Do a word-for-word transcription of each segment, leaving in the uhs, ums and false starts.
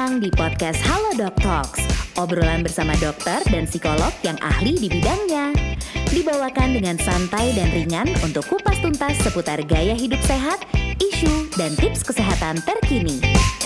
datang di podcast Halodoc Talks, obrolan bersama dokter dan psikolog yang ahli di bidangnya. Dibawakan dengan santai dan ringan untuk kupas tuntas seputar gaya hidup sehat, isu, dan tips kesehatan terkini.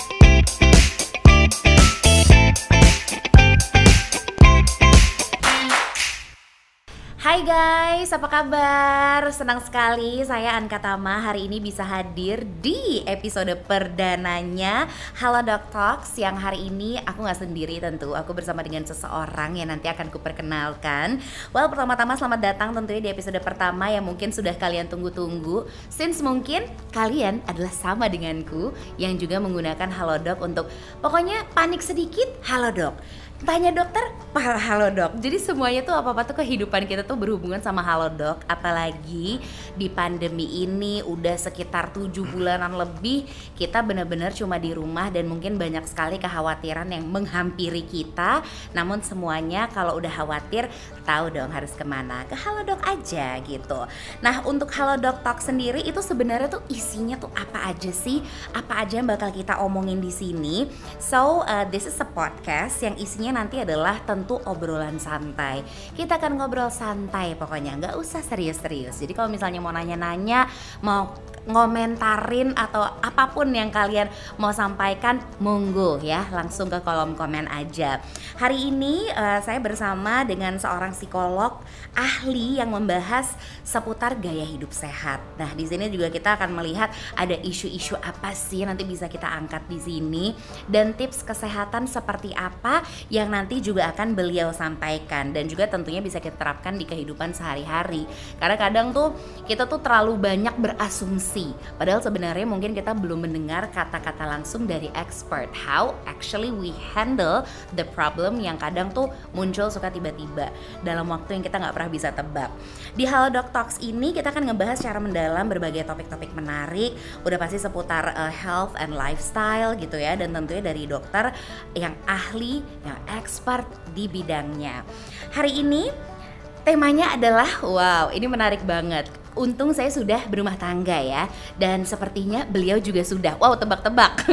Hai guys, apa kabar? Senang sekali saya Anka Tama hari ini bisa hadir di episode perdananya Halodoc Talks. Yang hari ini aku gak sendiri tentu, aku bersama dengan seseorang yang nanti akan kuperkenalkan. Well, pertama-tama selamat datang tentunya di episode pertama yang mungkin sudah kalian tunggu-tunggu, since mungkin kalian adalah sama denganku yang juga menggunakan Halodoc untuk pokoknya panik sedikit, Halodoc. Tanya dokter, Halodoc. Jadi semuanya tuh apa-apa tuh kehidupan kita tuh berhubungan sama Halodoc. Apalagi di pandemi ini udah sekitar tujuh bulanan lebih kita benar-benar cuma di rumah dan mungkin banyak sekali kekhawatiran yang menghampiri kita. Namun semuanya kalau udah khawatir tahu dong harus kemana, ke Halodoc aja gitu. Nah untuk Halodoc Talk sendiri itu sebenarnya tuh isinya tuh apa aja sih? Apa aja yang bakal kita omongin di sini? So uh, this is a podcast yang isinya nanti adalah tentu obrolan santai. Kita akan ngobrol santai pokoknya, nggak usah serius-serius. Jadi kalau misalnya mau nanya-nanya, mau ngomentarin atau apapun yang kalian mau sampaikan, monggo ya, langsung ke kolom komen aja. Hari ini uh, saya bersama dengan seorang psikolog ahli yang membahas seputar gaya hidup sehat. Nah, di sini juga kita akan melihat ada isu-isu apa sih nanti bisa kita angkat di sini dan tips kesehatan seperti apa yang nanti juga akan beliau sampaikan dan juga tentunya bisa kita terapkan di kehidupan sehari-hari. Karena kadang tuh kita tuh terlalu banyak berasumsi, padahal sebenarnya mungkin kita belum mendengar kata-kata langsung dari expert how actually we handle the problem yang kadang tuh muncul suka tiba-tiba dalam waktu yang kita nggak pernah bisa tebak. Di Halodoc Talks ini kita akan ngebahas secara mendalam berbagai topik-topik menarik, udah pasti seputar uh, health and lifestyle gitu ya, dan tentunya dari dokter yang ahli, yang expert di bidangnya. Hari ini temanya adalah, wow, ini menarik banget. Untung saya sudah berumah tangga ya, dan sepertinya beliau juga sudah. Wow, tebak-tebak.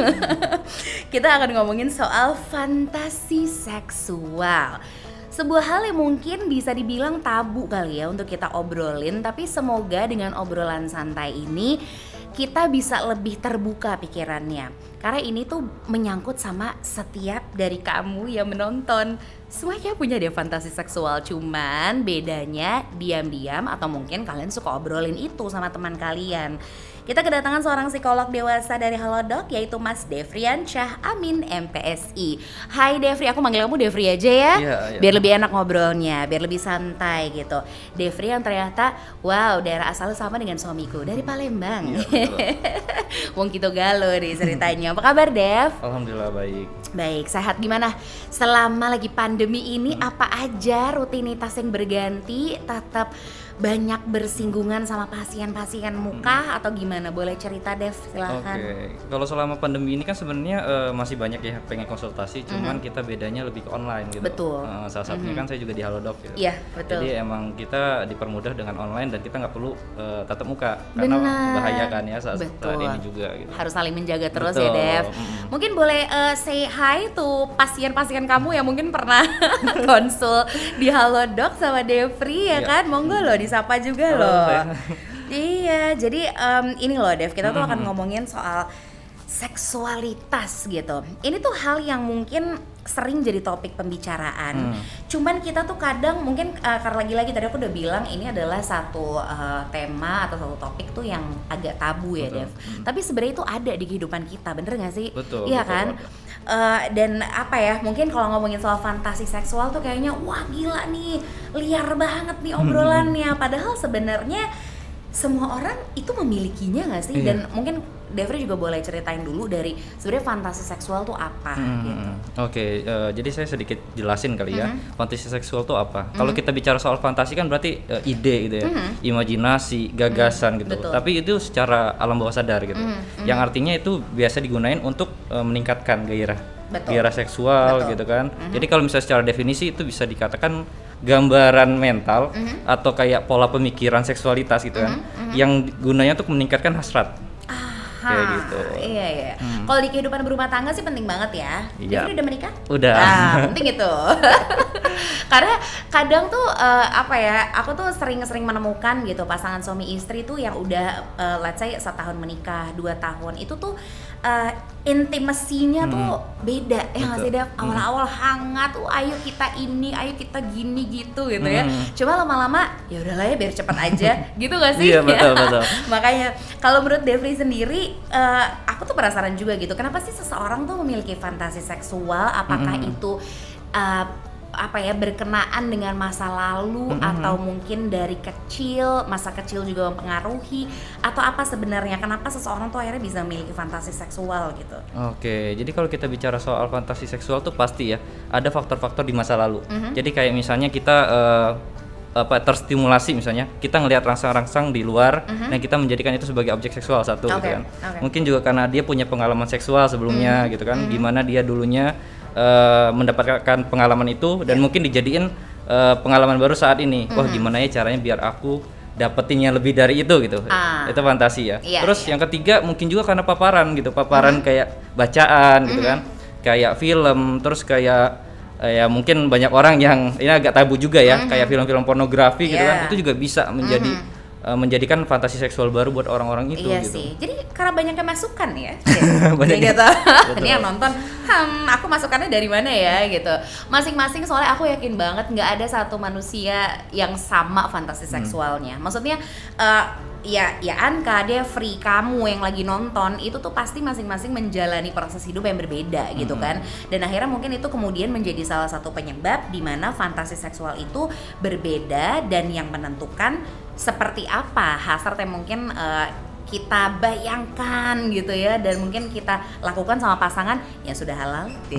Kita akan ngomongin soal fantasi seksual. Sebuah hal yang mungkin bisa dibilang tabu kali ya untuk kita obrolin, tapi semoga dengan obrolan santai ini kita bisa lebih terbuka pikirannya. Karena ini tuh menyangkut sama setiap dari kamu yang menonton. Semuanya punya deh fantasi seksual, cuman bedanya diam-diam atau mungkin kalian suka obrolin itu sama teman kalian. Kita kedatangan seorang psikolog dewasa dari Halodoc, yaitu Mas Devrian Syah Amin, M P S I. Hai Devri, aku manggil kamu Devri aja ya, yeah, yeah. Biar lebih enak ngobrolnya, biar lebih santai gitu. Devri yang ternyata, wow, daerah asalnya sama dengan suamiku, dari Palembang. Yeah, Wong Kito Galo nih ceritanya. Apa kabar Dev? Alhamdulillah baik. Baik, sehat. Gimana selama lagi pandemi ini, hmm. apa aja rutinitas yang berganti, tetap banyak bersinggungan sama pasien-pasien muka hmm. atau gimana? Boleh cerita Dev, silahkan. Oke, okay. Kalau selama pandemi ini kan sebenarnya uh, masih banyak ya pengen konsultasi, cuman mm-hmm. kita bedanya lebih ke online gitu. Betul. Uh, salah satunya mm-hmm. kan saya juga di Halodoc gitu. Iya, betul. Jadi emang kita dipermudah dengan online dan kita nggak perlu uh, tatap muka karena Benar. bahaya kan ya saat, saat ini juga gitu. Harus saling menjaga terus betul. Ya Dev. Mm-hmm. Mungkin boleh uh, say hi tuh pasien-pasien kamu yang mungkin pernah konsul di Halodoc sama Devri ya, ya kan? Monggo loh disapa juga loh. Iya, jadi um, ini loh Dev, kita tuh mm-hmm. akan ngomongin soal seksualitas gitu. Ini tuh hal yang mungkin sering jadi topik pembicaraan. Hmm. Cuman kita tuh kadang mungkin uh, karena lagi-lagi tadi aku udah bilang ini adalah satu uh, tema atau satu topik tuh yang agak tabu ya, betul. Dev. Hmm. Tapi sebenarnya itu ada di kehidupan kita, bener nggak sih? Betul. Iya betul, kan? Uh, dan apa ya? Mungkin kalau ngomongin soal fantasi seksual tuh kayaknya wah gila nih, liar banget nih obrolannya. Hmm. Padahal sebenarnya semua orang itu memilikinya nggak sih? Iya. Dan mungkin Devri juga boleh ceritain dulu dari sebenarnya fantasi seksual tuh apa hmm, gitu. Oke, okay, uh, jadi saya sedikit jelasin kali ya. Mm-hmm. Fantasi seksual tuh apa? Mm-hmm. Kalau kita bicara soal fantasi kan berarti uh, ide gitu ya, mm-hmm. imajinasi, gagasan mm-hmm. gitu. Betul. Tapi itu secara alam bawah sadar gitu. Mm-hmm. Yang artinya itu biasa digunain untuk uh, meningkatkan gairah, Betul. gairah seksual Betul. gitu kan. Mm-hmm. Jadi kalau misalnya secara definisi itu bisa dikatakan gambaran mental mm-hmm. atau kayak pola pemikiran seksualitas gitu kan, mm-hmm. yang gunanya untuk meningkatkan hasrat. kayak gitu. Iya iya. Hmm. Kalau di kehidupan berumah tangga sih penting banget ya. Iya. Jadi udah menikah? Udah. Nah, penting itu. Karena kadang tuh uh, apa ya, aku tuh sering-sering menemukan gitu pasangan suami istri tuh yang udah uh, let's say setahun menikah, dua tahun itu tuh uh, intimasinya hmm. tuh beda ya nggak sih Dev? Awal-awal hmm. hangat, tuh ayo kita ini, ayo kita gini gitu gitu hmm. ya. Cuma lama-lama ya udahlah ya biar cepet aja gitu nggak sih? Iya betul betul. Makanya kalau menurut Devri sendiri, uh, aku tuh penasaran juga gitu. Kenapa sih seseorang tuh memiliki fantasi seksual? Apakah hmm. itu uh, apa ya berkenaan dengan masa lalu mm-hmm. atau mungkin dari kecil, masa kecil juga mempengaruhi atau apa sebenarnya kenapa seseorang tuh akhirnya bisa memiliki fantasi seksual gitu? Oke, jadi kalau kita bicara soal fantasi seksual tuh pasti ya ada faktor-faktor di masa lalu. Mm-hmm. Jadi kayak misalnya kita uh, apa terstimulasi misalnya kita ngelihat rangsang-rangsang di luar mm-hmm. dan kita menjadikan itu sebagai objek seksual satu okay. gitu kan. Okay. Mungkin juga karena dia punya pengalaman seksual sebelumnya mm-hmm. gitu kan, mm-hmm. gimana dia dulunya Uh, mendapatkan pengalaman itu dan yeah. mungkin dijadiin uh, pengalaman baru saat ini. Mm-hmm. Wah gimana ya caranya biar aku dapetinnya lebih dari itu gitu. Ah. Itu fantasi ya. Yeah, Terus yeah. yang ketiga mungkin juga karena paparan gitu, paparan mm-hmm. kayak bacaan gitu mm-hmm. kan, kayak film, terus kayak uh, ya mungkin banyak orang yang ini agak tabu juga ya, mm-hmm. kayak film-film pornografi yeah. gitu kan, itu juga bisa menjadi mm-hmm. menjadikan fantasi seksual baru buat orang-orang itu iya gitu. Sih. Jadi karena banyaknya masukan ya. Banyak gitu. Ini yang nonton, hmm, aku masukannya dari mana ya gitu. Masing-masing soalnya aku yakin banget nggak ada satu manusia yang sama fantasi seksualnya. Hmm. Maksudnya uh, ya ya Anka, Devri, kamu yang lagi nonton itu tuh pasti masing-masing menjalani proses hidup yang berbeda hmm. gitu kan. Dan akhirnya mungkin itu kemudian menjadi salah satu penyebab di mana fantasi seksual itu berbeda dan yang menentukan seperti apa hasrat yang mungkin uh, kita bayangkan gitu ya dan mungkin kita lakukan sama pasangan yang sudah halal deh.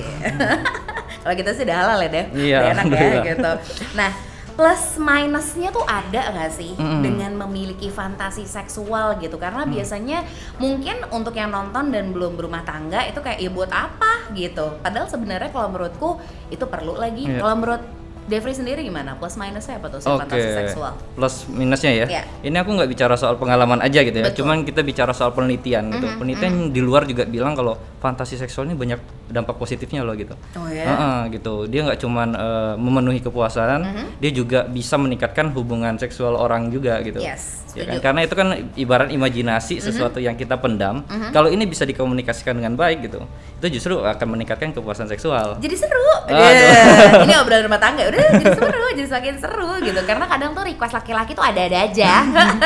Kalau kita sudah halal ya deh, iya, enak ya gitu. Nah plus minusnya tuh ada nggak sih mm-hmm. dengan memiliki fantasi seksual gitu karena mm. biasanya mungkin untuk yang nonton dan belum berumah tangga itu kayak ya buat apa gitu padahal sebenarnya kalau menurutku itu perlu lagi. Yeah. Kalau menurut Devri sendiri gimana? Plus minusnya apa tuh soal okay. fantasi seksual? Plus minusnya ya? Yeah. Ini aku nggak bicara soal pengalaman aja gitu ya. Betul. Cuman kita bicara soal penelitian gitu. Mm-hmm. Penelitian mm-hmm. di luar juga bilang kalau fantasi seksual ini banyak dampak positifnya loh gitu. Oh ya? Uh-uh, gitu. Dia nggak cuman uh, memenuhi kepuasan, mm-hmm. dia juga bisa meningkatkan hubungan seksual orang juga gitu. Yes. Ya kan? Karena itu kan ibarat imajinasi mm-hmm. sesuatu yang kita pendam. Mm-hmm. Kalau ini bisa dikomunikasikan dengan baik gitu, itu justru akan meningkatkan kepuasan seksual. Jadi seru. Yeah. Ini obrolan rumah tangga udah jadi seru, jadi semakin seru gitu. Karena kadang tuh request laki-laki tuh ada-ada aja,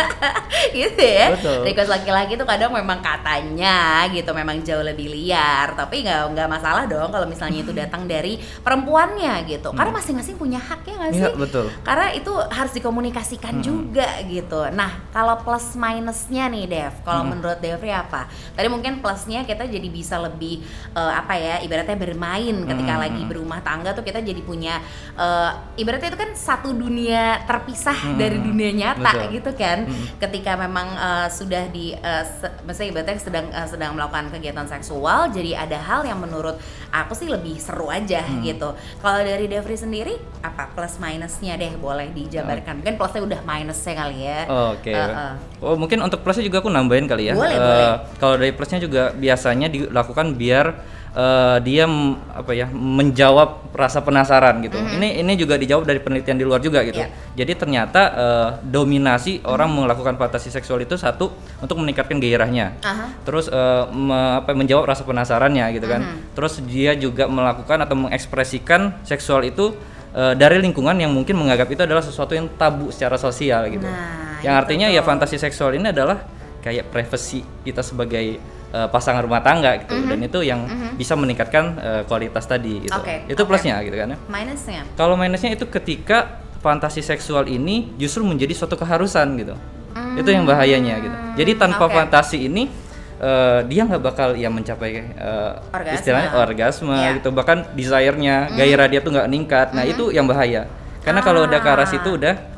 gitu ya. Betul. Request laki-laki tuh kadang memang katanya gitu, memang jauh lebih liar. Tapi nggak nggak masalah dong kalau misalnya itu datang dari perempuannya gitu. Karena masing-masing punya hak ya nggak sih? Iya betul. Karena itu harus dikomunikasikan hmm. juga gitu. Nah kalau plus minusnya nih Dev, kalau hmm. menurut Devri apa? Tadi mungkin plusnya kita jadi bisa lebih uh, apa ya, ibaratnya bermain ketika hmm. lagi berumah tangga tuh kita jadi punya uh, ibaratnya itu kan satu dunia terpisah hmm. dari dunia nyata. Betul. Gitu kan. Hmm. Ketika memang uh, sudah di uh, se- misalnya ibaratnya sedang uh, sedang melakukan kegiatan seksual, jadi ada hal yang menurut aku sih lebih seru aja hmm. gitu. Kalau dari Devri sendiri apa plus minusnya deh boleh dijabarkan? Mungkin plusnya udah minusnya kali ya. Oh, Oke. Okay. Uh, uh. Oh mungkin untuk plusnya juga aku nambahin kali ya. Boleh, uh, boleh. Kalau dari plusnya juga biasanya dilakukan biar uh, dia m- apa ya menjawab rasa penasaran gitu. Mm-hmm. Ini ini juga dijawab dari penelitian di luar juga gitu. Yeah. Jadi ternyata uh, dominasi mm-hmm. orang melakukan fantasi seksual itu satu untuk meningkatkan gairahnya. Uh-huh. Terus uh, me- apa menjawab rasa penasarannya gitu kan. Mm-hmm. Terus dia juga melakukan atau mengekspresikan seksual itu Uh, dari lingkungan yang mungkin menganggap itu adalah sesuatu yang tabu secara sosial gitu. Nah, yang artinya betul. Ya fantasi seksual ini adalah kayak privasi kita sebagai uh, pasangan rumah tangga gitu. Mm-hmm. Dan itu yang mm-hmm. bisa meningkatkan uh, kualitas tadi gitu. Okay. Itu okay. plusnya gitu kan ya. Minusnya? Kalau minusnya itu ketika fantasi seksual ini justru menjadi suatu keharusan gitu. Mm-hmm. Itu yang bahayanya gitu. Jadi tanpa okay. fantasi ini Uh, dia nggak bakal ya mencapai uh, istilahnya orgasme yeah. gitu, bahkan desire-nya, mm. gairah dia tuh nggak ningkat. Nah mm-hmm. itu yang bahaya. Karena ah. kalau udah ke arah situ udah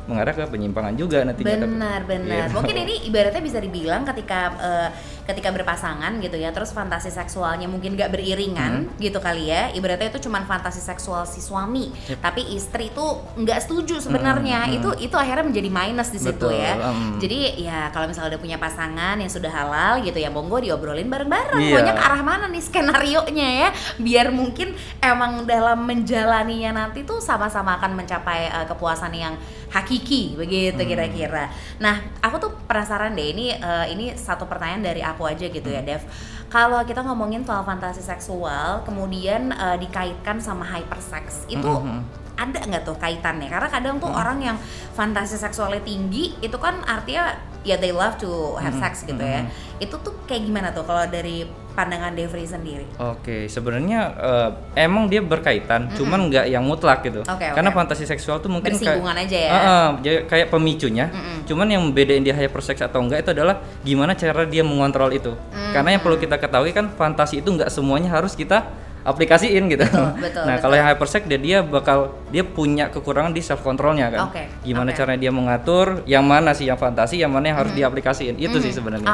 mengarah ke penyimpangan juga nanti. Benar, benar. Gitu. Mungkin ini ibaratnya bisa dibilang ketika uh, ketika berpasangan gitu ya, terus fantasi seksualnya mungkin gak beriringan hmm. gitu kali ya. Ibaratnya itu cuma fantasi seksual si suami, yep. tapi istri itu nggak setuju sebenarnya. Hmm. Itu itu akhirnya menjadi minus di situ ya. Um. Jadi ya kalau misalnya udah punya pasangan yang sudah halal gitu ya, monggo diobrolin bareng-bareng. Yeah. Maunya ke arah mana nih skenarionya ya, biar mungkin emang dalam menjalaninya nanti tuh sama-sama akan mencapai uh, kepuasan yang hakiki begitu hmm. kira-kira. Nah, aku tuh penasaran deh, ini uh, ini satu pertanyaan dari aku aja gitu ya, Dev. Kalau kita ngomongin soal fantasi seksual kemudian uh, dikaitkan sama hypersex, itu hmm. ada nggak tuh kaitannya? Karena kadang tuh hmm. orang yang fantasi seksualnya tinggi itu kan artinya ya they love to have hmm. sex gitu ya. Itu tuh kayak gimana tuh kalau dari pandangan Devri sendiri? Oke, sebenarnya uh, emang dia berkaitan, mm-hmm. cuman nggak yang mutlak gitu. Okay, okay. Karena fantasi seksual tuh mungkin bersinggungan kayak, aja ya. Uh, uh, kayak pemicunya. Mm-hmm. Cuman yang membedain dia hypersex atau enggak itu adalah gimana cara dia mengontrol itu. Mm-hmm. Karena yang perlu kita ketahui kan fantasi itu nggak semuanya harus kita aplikasiin gitu. Betul, betul, nah, betul. Kalau yang hypersex dia dia bakal dia punya kekurangan di self controlnya kan. Okay, gimana okay. caranya dia mengatur yang mana sih yang fantasi, yang mana yang harus mm-hmm. diaplikasiin. Itu mm-hmm. sih sebenarnya.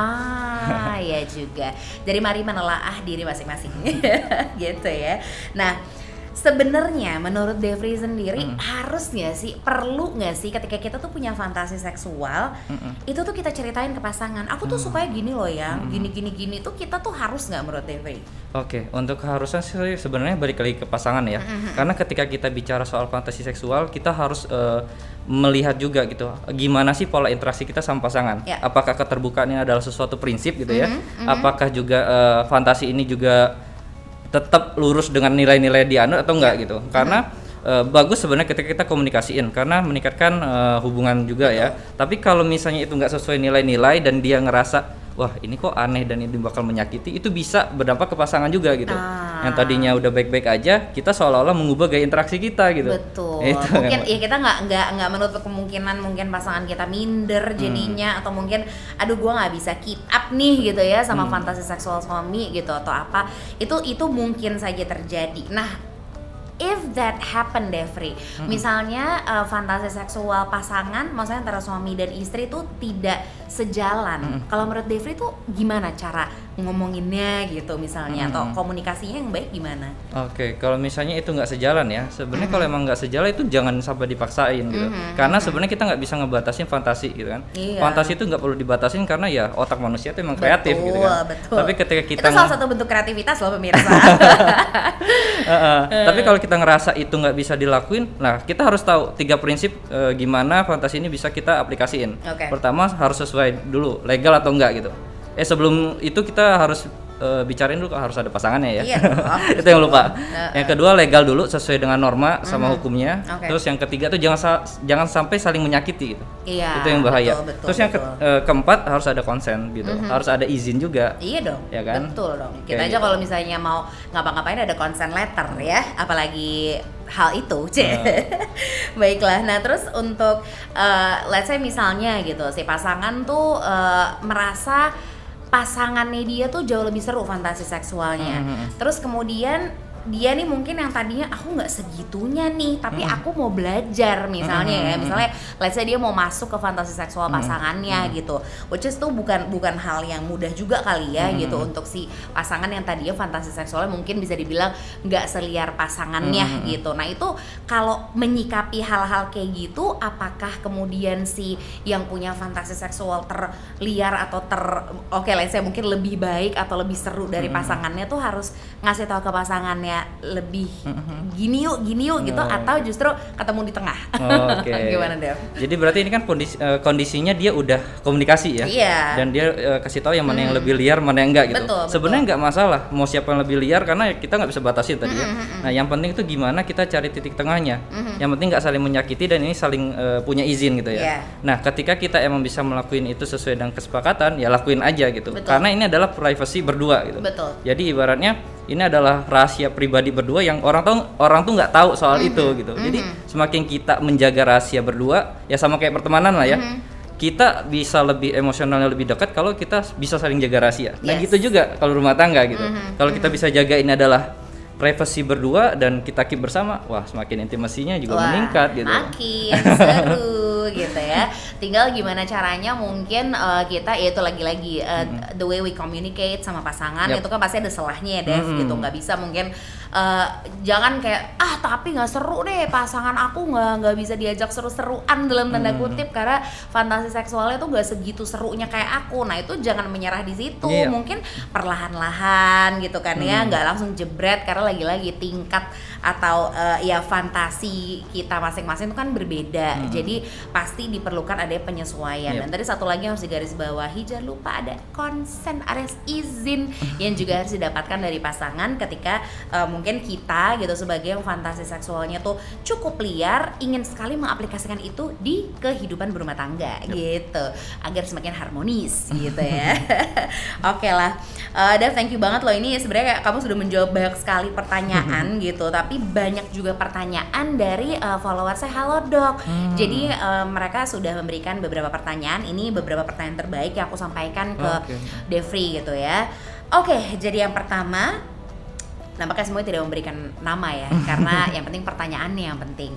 Ah, ya juga. Jadi mari menelaah diri masing-masing. Gitu ya. Nah, sebenarnya menurut Devri sendiri mm. harus nggak sih, perlu nggak sih ketika kita tuh punya fantasi seksual, Mm-mm. itu tuh kita ceritain ke pasangan, aku tuh mm. sukanya gini loh yang gini-gini-gini tuh kita tuh harus nggak menurut Devri? Oke, okay. untuk keharusan sih sebenarnya balik lagi ke pasangan ya, mm-hmm. karena ketika kita bicara soal fantasi seksual kita harus uh, melihat juga gitu, gimana sih pola interaksi kita sama pasangan, yeah. apakah keterbukaan ini adalah sesuatu prinsip gitu ya, mm-hmm. apakah juga uh, fantasi ini juga tetap lurus dengan nilai-nilai dianut atau enggak gitu. Karena hmm. uh, bagus sebenarnya ketika kita komunikasiin karena meningkatkan uh, hubungan juga ya. Tapi kalau misalnya itu enggak sesuai nilai-nilai dan dia ngerasa wah ini kok aneh dan ini bakal menyakiti, itu bisa berdampak ke pasangan juga gitu. Ah. Yang tadinya udah baik-baik aja, kita seolah-olah mengubah gaya interaksi kita gitu. Betul. Itu mungkin ya kita nggak nggak nggak menutup kemungkinan mungkin pasangan kita minder jadinya hmm. atau mungkin aduh gua nggak bisa keep up nih gitu ya sama hmm. fantasi seksual suami gitu atau apa. Itu itu mungkin saja terjadi. Nah, if that happen, Devri, hmm. misalnya uh, fantasi seksual pasangan, maksudnya antara suami dan istri itu tidak sejalan. Hmm. Kalau menurut Devri itu gimana cara ngomonginnya gitu misalnya, hmm. atau komunikasinya yang baik gimana? Oke, okay, kalau misalnya itu nggak sejalan ya, sebenarnya hmm. kalau emang nggak sejalan itu jangan sampai dipaksain gitu. Hmm. Karena sebenarnya kita nggak bisa ngebatasin fantasi gitu kan. Iya. Fantasi itu nggak perlu dibatasin karena ya otak manusia itu emang kreatif betul, gitu kan. Betul. Tapi ketika kita itu salah satu bentuk kreativitas loh pemirsa. uh, uh, tapi kalau kita ngerasa itu nggak bisa dilakuin, nah kita harus tahu tiga prinsip uh, gimana fantasi ini bisa kita aplikasiin. Okay. Pertama harus sesuai dulu legal atau enggak gitu. Eh sebelum itu kita harus uh, bicarain dulu harus ada pasangannya ya. Iya, oh, itu yang lupa. Uh, yang kedua legal dulu sesuai dengan norma sama uh-huh. hukumnya. Okay. Terus yang ketiga tuh jangan sa- jangan sampai saling menyakiti gitu. Iya. Itu yang bahaya. Betul, betul, Terus yang ke- uh, keempat harus ada konsen gitu. Uh-huh. Harus ada izin juga. Iya dong. Ya kan? Betul dong. Kita Kayak aja gitu. Kalau misalnya mau ngapa-ngapain ada consent letter ya, apalagi hal itu. Uh. Baiklah. Nah, terus untuk uh, let's say misalnya gitu si pasangan tuh uh, merasa pasangannya dia tuh jauh lebih seru fantasi seksualnya. Mm-hmm. Terus kemudian dia nih mungkin yang tadinya aku nggak segitunya nih, tapi mm-hmm. aku mau belajar misalnya mm-hmm. ya, misalnya let's say dia mau masuk ke fantasi seksual pasangannya mm-hmm. gitu, which is tuh bukan bukan hal yang mudah juga kali ya mm-hmm. gitu untuk si pasangan yang tadinya fantasi seksualnya mungkin bisa dibilang nggak seliar pasangannya mm-hmm. gitu. Nah itu kalau menyikapi hal-hal kayak gitu, apakah kemudian si yang punya fantasi seksual terliar atau ter oke okay, let's say mungkin lebih baik atau lebih seru dari mm-hmm. pasangannya tuh harus ngasih tahu ke pasangannya lebih mm-hmm. gini yuk, gini yuk gitu, oh. atau justru ketemu di tengah. Oh, oke. Okay. Gimana Dev? Jadi berarti ini kan kondisi, uh, kondisinya dia udah komunikasi ya. Iya. Dan dia uh, kasih tahu yang mana mm. yang lebih liar, mana yang enggak gitu. Betul, sebenarnya nggak masalah mau siapa yang lebih liar karena kita nggak bisa batasin tadi mm-hmm. ya. Nah yang penting itu gimana kita cari titik tengahnya. Mm-hmm. Yang penting nggak saling menyakiti dan ini saling uh, punya izin gitu ya. Yeah. Nah ketika kita emang bisa melakukan itu sesuai dengan kesepakatan, ya lakuin aja gitu. Betul. Karena ini adalah privacy berdua gitu. Betul. Jadi ibaratnya ini adalah rahasia pribadi berdua yang orang tahu orang tuh nggak tahu soal mm-hmm. itu gitu. Mm-hmm. Jadi semakin kita menjaga rahasia berdua, ya sama kayak pertemanan lah ya. Mm-hmm. Kita bisa lebih emosionalnya lebih dekat kalau kita bisa saling jaga rahasia. Nah yes. gitu juga kalau rumah tangga gitu. Mm-hmm. Kalau kita bisa jaga ini adalah privacy berdua dan kita keep bersama, wah semakin intimasinya juga wah, meningkat gitu. Makin seru gitu ya. Tinggal gimana caranya mungkin uh, kita ya itu lagi-lagi uh, mm-hmm. the way we communicate sama pasangan yep. itu kan pasti ada selahnya ya Dev mm-hmm. gitu. Nggak bisa mungkin uh, jangan kayak ah tapi nggak seru deh pasangan aku nggak nggak bisa diajak seru-seruan dalam tanda mm-hmm. kutip karena fantasi seksualnya tuh nggak segitu serunya kayak aku. Nah itu jangan menyerah di situ. Yeah. Mungkin perlahan-lahan gitu kan mm-hmm. ya, nggak langsung jebret karena lagi-lagi tingkat atau uh, ya fantasi kita masing-masing itu kan berbeda. Hmm. Jadi pasti diperlukan ada penyesuaian. Yep. Dan tadi satu lagi yang harus digarisbawahi, jangan lupa ada konsen, ada izin yang juga harus didapatkan dari pasangan ketika uh, mungkin kita gitu sebagai yang fantasi seksualnya tuh cukup liar, ingin sekali mengaplikasikan itu di kehidupan berumah tangga yep. gitu agar semakin harmonis gitu ya. Oke okay lah, uh, Dev thank you banget loh, ini sebenarnya kamu sudah menjawab banyak sekali pertanyaan gitu, tapi banyak juga pertanyaan dari uh, follower saya Halo Dok. Hmm. Jadi uh, mereka sudah memberikan beberapa pertanyaan. Ini beberapa pertanyaan terbaik yang aku sampaikan ke okay. Devri gitu ya. Oke, okay, jadi yang pertama, nampaknya semua tidak memberikan nama ya, karena yang penting pertanyaannya yang penting.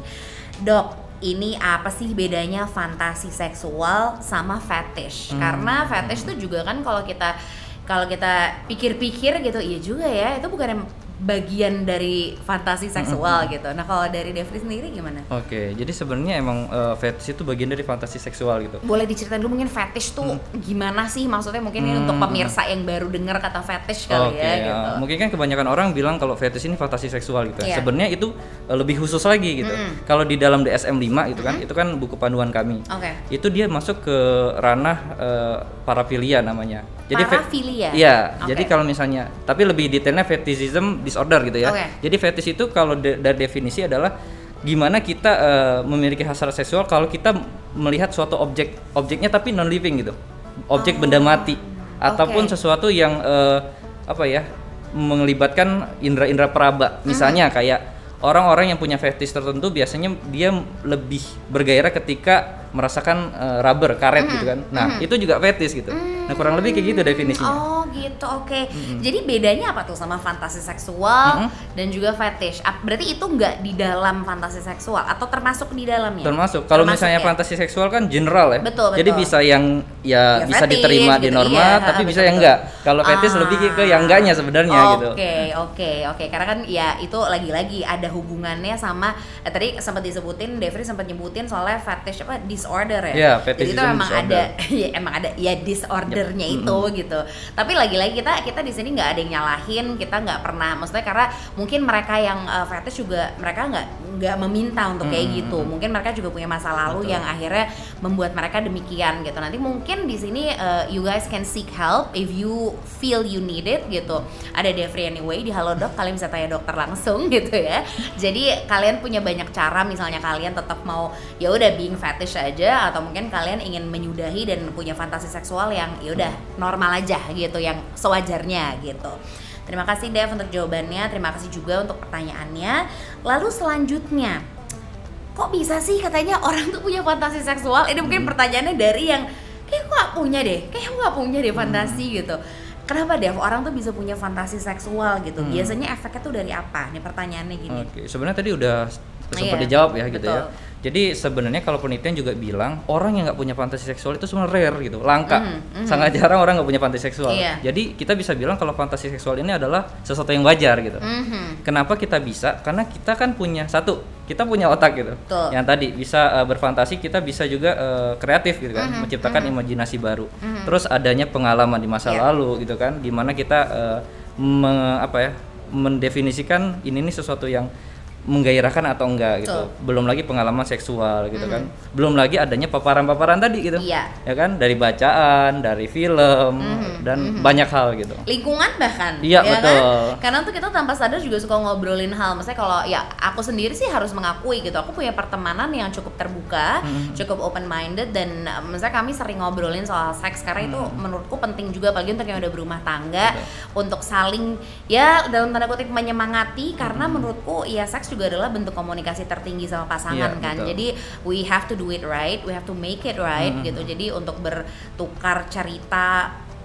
Dok, ini apa sih bedanya fantasi seksual sama fetish? Hmm. Karena fetish itu juga kan kalau kita kalau kita pikir-pikir gitu, iya juga ya, itu bukan bagian dari fantasi seksual mm-hmm. gitu. Nah kalau dari Devri sendiri gimana? Oke, okay, jadi sebenarnya emang uh, fetish itu bagian dari fantasi seksual gitu. Boleh diceritain dulu mungkin fetish tuh mm. gimana sih? Maksudnya mungkin mm. ini untuk pemirsa yang baru dengar kata fetish kali okay, ya gitu. Uh, mungkin kan kebanyakan orang bilang kalau fetish ini fantasi seksual gitu. Yeah. Sebenarnya itu uh, lebih khusus lagi gitu. Mm. Kalau di dalam D S M lima itu kan, mm. itu kan buku panduan kami. Okay. Itu dia masuk ke ranah uh, parafilia namanya. Jadi parafilia? Iya, okay. Jadi kalau misalnya, tapi lebih detailnya fetishism disorder gitu ya. Okay. Jadi fetish itu kalau de- dari definisi adalah gimana kita uh, memiliki hasrat seksual kalau kita melihat suatu objek, objeknya tapi non living gitu, objek oh. benda mati, ataupun okay. sesuatu yang uh, apa ya, melibatkan indera-indera peraba. Misalnya mm-hmm. kayak orang-orang yang punya fetish tertentu biasanya dia lebih bergairah ketika merasakan uh, rubber, karet mm-hmm. gitu kan. Nah, mm-hmm. itu juga fetish gitu. Mm-hmm. Nah, kurang lebih kayak gitu definisinya. Oh, gitu. Oke. Okay. Mm-hmm. Jadi bedanya apa tuh sama fantasi seksual mm-hmm. dan juga fetish? Berarti itu enggak di dalam fantasi seksual atau termasuk di dalamnya? Termasuk. Kalau misalnya ya? Fantasi seksual kan general ya. Betul, betul. Jadi bisa yang ya, ya bisa fetish, diterima gitu, di norma, iya, tapi betul, bisa betul. yang enggak. Kalau fetish ah. lebih ke yang enggaknya sebenarnya okay, gitu. Oke, oke, oke. Karena kan ya itu lagi-lagi ada hubungannya sama eh, tadi sempat disebutin, Devri sempat nyebutin soalnya fetish apa disorder ya. Yeah, jadi itu memang disorder. ada ya emang ada ya disordernya yep. itu mm-hmm. gitu. Tapi lagi-lagi kita kita di sini nggak ada yang nyalahin, kita nggak pernah, maksudnya karena mungkin mereka yang uh, fetish juga mereka nggak nggak meminta untuk kayak mm-hmm. gitu. Mungkin mereka juga punya masa lalu Betul. yang akhirnya membuat mereka demikian gitu. Nanti mungkin di sini uh, you guys can seek help if you feel you need it gitu. Ada Devri anyway di Halo Dok, kalian bisa tanya dokter langsung gitu ya. Jadi kalian punya banyak cara, misalnya kalian tetap mau ya udah being fetish aja, atau mungkin kalian ingin menyudahi dan punya fantasi seksual yang ya udah normal aja gitu, yang sewajarnya gitu. Terima kasih Dev untuk jawabannya, terima kasih juga untuk pertanyaannya. Lalu selanjutnya, kok bisa sih katanya orang tuh punya fantasi seksual? Ini mungkin pertanyaannya dari yang kayak aku gak punya deh, kayak aku gak punya deh fantasi hmm. gitu. Kenapa Dev orang tuh bisa punya fantasi seksual gitu? Hmm. Biasanya efeknya tuh dari apa? Ini pertanyaannya gini. Oke, sebenarnya tadi udah sempat iya, dijawab ya gitu betul. ya. Jadi sebenarnya kalau penelitian juga bilang orang yang nggak punya fantasi seksual itu sebenarnya rare gitu, langka. Mm, mm. Sangat jarang orang nggak punya fantasi seksual. Iya. Jadi kita bisa bilang kalau fantasi seksual ini adalah sesuatu yang wajar gitu. Mm-hmm. Kenapa kita bisa? Karena kita kan punya satu, kita punya otak gitu. Betul. Yang tadi bisa uh, berfantasi, kita bisa juga uh, kreatif gitu kan, mm-hmm. menciptakan mm-hmm. imajinasi baru. Mm-hmm. Terus adanya pengalaman di masa yeah. lalu gitu kan, gimana kita uh, me, apa ya, mendefinisikan ini nih sesuatu yang menggairahkan atau enggak gitu. Tuh. Belum lagi pengalaman seksual gitu mm. kan. Belum lagi adanya paparan-paparan tadi gitu. Iya. Ya kan, dari bacaan, dari film mm-hmm. dan mm-hmm. banyak hal gitu. Lingkungan bahkan. Iya, ya betul. Kan? Karena tuh kita tanpa sadar juga suka ngobrolin hal. Maksudnya kalau ya aku sendiri sih harus mengakui gitu. Aku punya pertemanan yang cukup terbuka, mm-hmm. cukup open minded, dan maksudnya kami sering ngobrolin soal seks karena mm-hmm. itu menurutku penting juga apalagi untuk yang udah berumah tangga, betul. Untuk saling ya dalam tanda kutip menyemangati karena mm-hmm. menurutku ya seks juga adalah bentuk komunikasi tertinggi sama pasangan yeah, kan. Betul. Jadi we have to do it right, we have to make it right mm-hmm. gitu. Jadi untuk bertukar cerita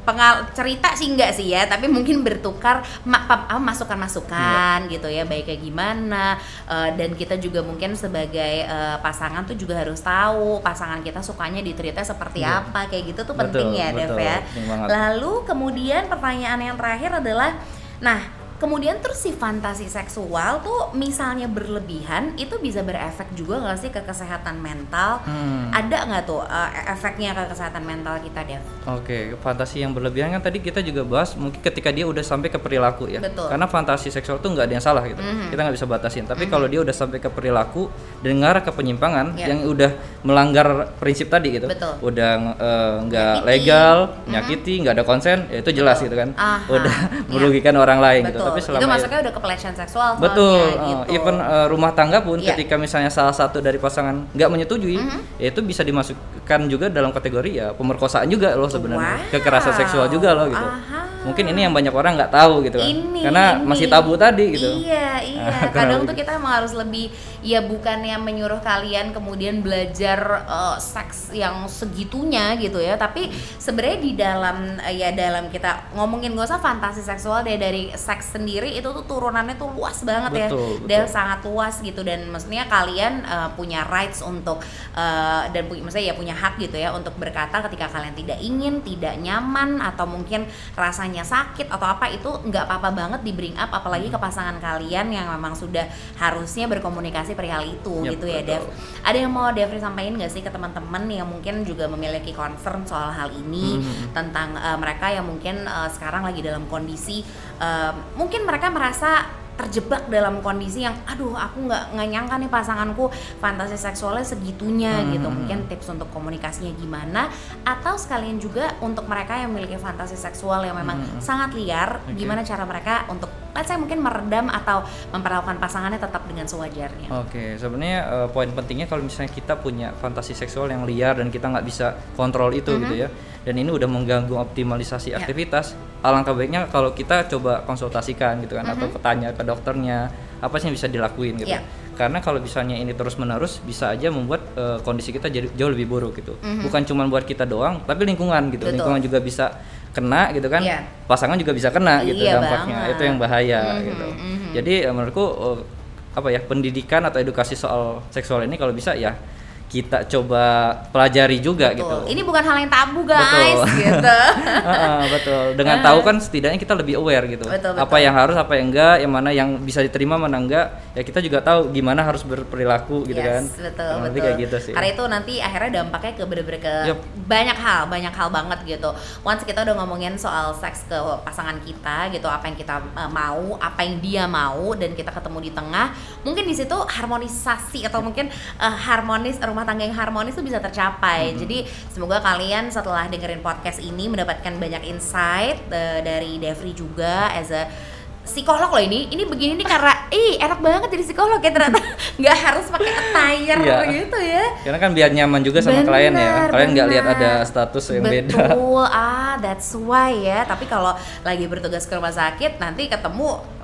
pengal cerita sih enggak sih ya, tapi mungkin bertukar ma- pa- apa, masukan-masukan gitu ya, baik kayak gimana, uh, dan kita juga mungkin sebagai uh, pasangan tuh juga harus tahu pasangan kita sukanya di-treatnya seperti Iya. apa, kayak gitu tuh Betul, penting ya Dev betul, ya. penting banget. Lalu kemudian pertanyaan yang terakhir adalah, nah kemudian terus si fantasi seksual tuh misalnya berlebihan itu bisa berefek juga nggak sih ke kesehatan mental? Hmm. Ada nggak tuh uh, efeknya ke kesehatan mental kita, Dev? Oke, fantasi yang berlebihan kan tadi kita juga bahas mungkin ketika dia udah sampai ke perilaku ya. Betul. Karena fantasi seksual tuh nggak ada yang salah gitu. Mm-hmm. Kita nggak bisa batasin. Tapi mm-hmm. kalau dia udah sampai ke perilaku dan ngarah ke penyimpangan yeah. yang udah melanggar prinsip tadi gitu. Betul. Udah nggak uh, legal, nyakiti, nggak mm-hmm. ada konsen, ya itu jelas Betul. gitu kan. Aha. Udah merugikan yeah. orang lain Betul. gitu. Tapi selama itu masuknya udah ke pelecehan seksual soalnya. Betul. Gitu. Uh, even uh, rumah tangga pun yeah. ketika misalnya salah satu dari pasangan nggak menyetujui, mm-hmm. ya itu bisa dimasukkan juga dalam kategori ya pemerkosaan juga loh sebenarnya. Wow. Kekerasan seksual juga loh gitu. Aha. Mungkin ini yang banyak orang nggak tahu gitu kan. Ini, karena ini. masih tabu tadi gitu. Iya, iya. Kadang tuh kita emang harus lebih, ya bukannya menyuruh kalian kemudian belajar uh, seks yang segitunya gitu ya, tapi sebenarnya di dalam uh, ya dalam kita ngomongin gak usah fantasi seksual deh, dari seks sendiri itu tuh turunannya tuh luas banget betul, ya. Dan betul. sangat luas gitu, dan maksudnya kalian uh, punya rights untuk uh, dan pu- maksudnya ya punya hak gitu ya untuk berkata ketika kalian tidak ingin, tidak nyaman, atau mungkin rasanya sakit atau apa, itu nggak apa-apa banget di bring up, apalagi ke pasangan kalian yang memang sudah harusnya berkomunikasi perihal itu. Yep, gitu ya Dev. Ada yang mau Devri sampaikan nggak sih ke teman-teman yang mungkin juga memiliki concern soal hal ini, mm-hmm. tentang uh, mereka yang mungkin uh, sekarang lagi dalam kondisi uh, mungkin mereka merasa terjebak dalam kondisi yang aduh aku nggak nggak nyangka nih pasanganku fantasi seksualnya segitunya hmm. gitu. Mungkin tips untuk komunikasinya gimana, atau sekalian juga untuk mereka yang memiliki fantasi seksual yang memang hmm. sangat liar, okay. gimana cara mereka untuk let's say mungkin meredam atau memperlakukan pasangannya tetap dengan sewajarnya. Oke, okay. sebenarnya uh, poin pentingnya kalau misalnya kita punya fantasi seksual yang liar dan kita nggak bisa kontrol itu mm-hmm. gitu ya, dan ini udah mengganggu optimalisasi yeah. aktivitas, alangkah baiknya kalau kita coba konsultasikan gitu kan, mm-hmm. atau tanya ke dokternya apa sih yang bisa dilakuin gitu. Yeah. Karena kalau misalnya ini terus menerus bisa aja membuat uh, kondisi kita jadi jauh lebih buruk gitu. Mm-hmm. Bukan cuma buat kita doang, tapi lingkungan gitu. Betul. Lingkungan juga bisa kena gitu kan. Yeah. Pasangan juga bisa kena gitu iya dampaknya. Banget. Itu yang bahaya mm-hmm. gitu. Mm-hmm. Jadi uh, menurutku uh, apa ya, pendidikan atau edukasi soal seksual ini kalau bisa ya kita coba pelajari juga. Betul. Gitu. Ini bukan hal yang tabu guys. Betul. Gitu. uh, betul. Dengan tahu kan setidaknya kita lebih aware gitu. Betul, betul. Apa yang harus, apa yang enggak, yang mana yang bisa diterima, mana enggak. Ya kita juga tahu gimana harus berperilaku gitu yes, kan. Betul, nah, betul. Kayak gitu sih. Karena itu nanti akhirnya dampaknya ke bener-bener ke yep. banyak hal, banyak hal banget gitu. Once kita udah ngomongin soal seks ke pasangan kita gitu, apa yang kita uh, mau, apa yang dia mau, dan kita ketemu di tengah, mungkin di situ harmonisasi atau mungkin uh, harmonis rumah tangga yang harmonis itu bisa tercapai. Mm-hmm. Jadi semoga kalian setelah dengerin podcast ini mendapatkan banyak insight uh, dari Devri juga as a psikolog loh ini. Ini begini nih karena ih enak banget jadi psikolog ya, ternyata nggak harus pakai attire yeah. gitu ya. Karena kan biar nyaman juga sama bener, klien ya. Kalian nggak lihat ada status yang betul. beda. Betul. Ah, that's why ya. Tapi kalau lagi bertugas ke rumah sakit nanti ketemu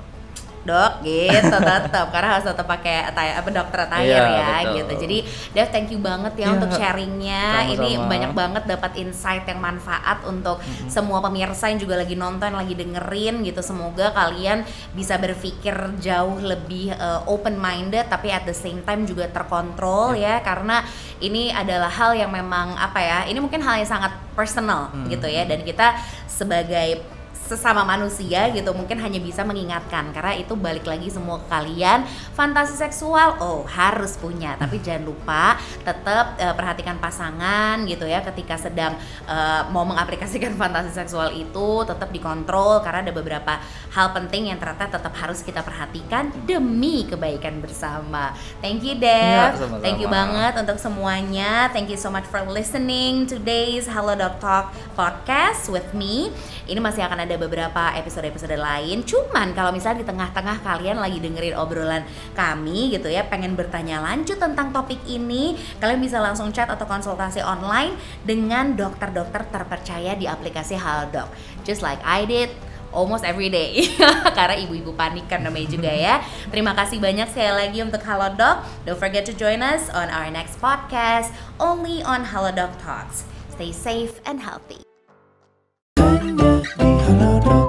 dok gitu tetap karena harus tetap pakai attire apa dokter attire yeah, ya betul. Gitu. Jadi Dev thank you banget ya yeah. untuk sharingnya. Sama-sama. Ini banyak banget dapat insight yang manfaat untuk mm-hmm. semua pemirsa yang juga lagi nonton, lagi dengerin gitu. Semoga kalian bisa berpikir jauh lebih uh, open minded tapi at the same time juga terkontrol yeah. ya, karena ini adalah hal yang memang apa ya, ini mungkin hal yang sangat personal mm-hmm. gitu ya, dan kita sebagai sesama manusia gitu mungkin hanya bisa mengingatkan, karena itu balik lagi semua ke kalian. Fantasi seksual oh harus punya, tapi jangan lupa tetap uh, perhatikan pasangan gitu ya ketika sedang uh, mau mengaplikasikan fantasi seksual itu, tetap dikontrol karena ada beberapa hal penting yang ternyata tetap harus kita perhatikan demi kebaikan bersama. Thank you Dev, ya, thank you banget untuk semuanya. Thank you so much for listening today's Hello Doc Talk podcast with me. Ini masih akan ada beberapa episode-episode lain. Cuman kalau misalnya di tengah-tengah kalian lagi dengerin obrolan kami gitu ya, pengen bertanya lanjut tentang topik ini, kalian bisa langsung chat atau konsultasi online dengan dokter-dokter terpercaya di aplikasi Halodoc. Just like I did almost every day. Karena ibu-ibu panik kan namanya juga ya. Terima kasih banyak sekali lagi untuk Halodoc. Don't forget to join us on our next podcast only on Halodoc Talks. Stay safe and healthy. di Halodoc.